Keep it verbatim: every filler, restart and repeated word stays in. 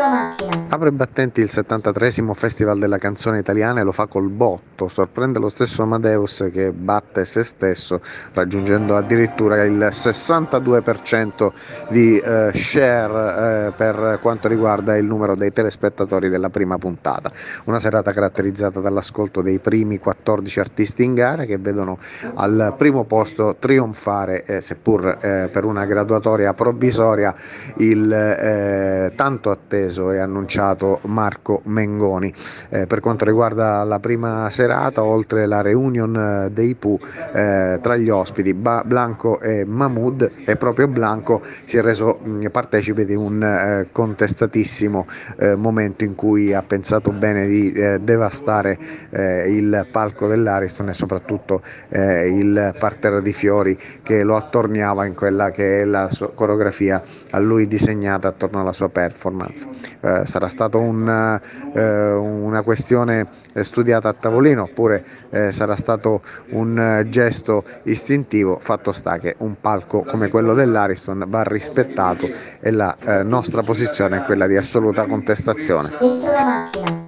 Apre i battenti il settantatreesimo Festival della canzone italiana e lo fa col botto, sorprende lo stesso Amadeus che batte se stesso raggiungendo addirittura il sessantadue per cento di eh, share eh, per quanto riguarda il numero dei telespettatori della prima puntata. Una serata caratterizzata dall'ascolto dei primi quattordici artisti in gara che vedono al primo posto trionfare, eh, seppur eh, per una graduatoria provvisoria, il eh, tanto atteso e annunciato Marco Mengoni. Eh, per quanto riguarda la prima serata, oltre la reunion eh, dei Pooh, eh, tra gli ospiti ba- Blanco e Mahmood, e proprio Blanco si è reso mh, partecipe di un eh, contestatissimo eh, momento in cui ha pensato bene di eh, devastare eh, il palco dell'Ariston e soprattutto eh, il parterre di fiori che lo attorniava in quella che è la sua coreografia a lui disegnata attorno alla sua performance. Eh, sarà stato un, eh, una questione studiata a tavolino oppure eh, sarà stato un eh, gesto istintivo? Fatto sta che un palco come quello dell'Ariston va rispettato e la eh, nostra posizione è quella di assoluta contestazione.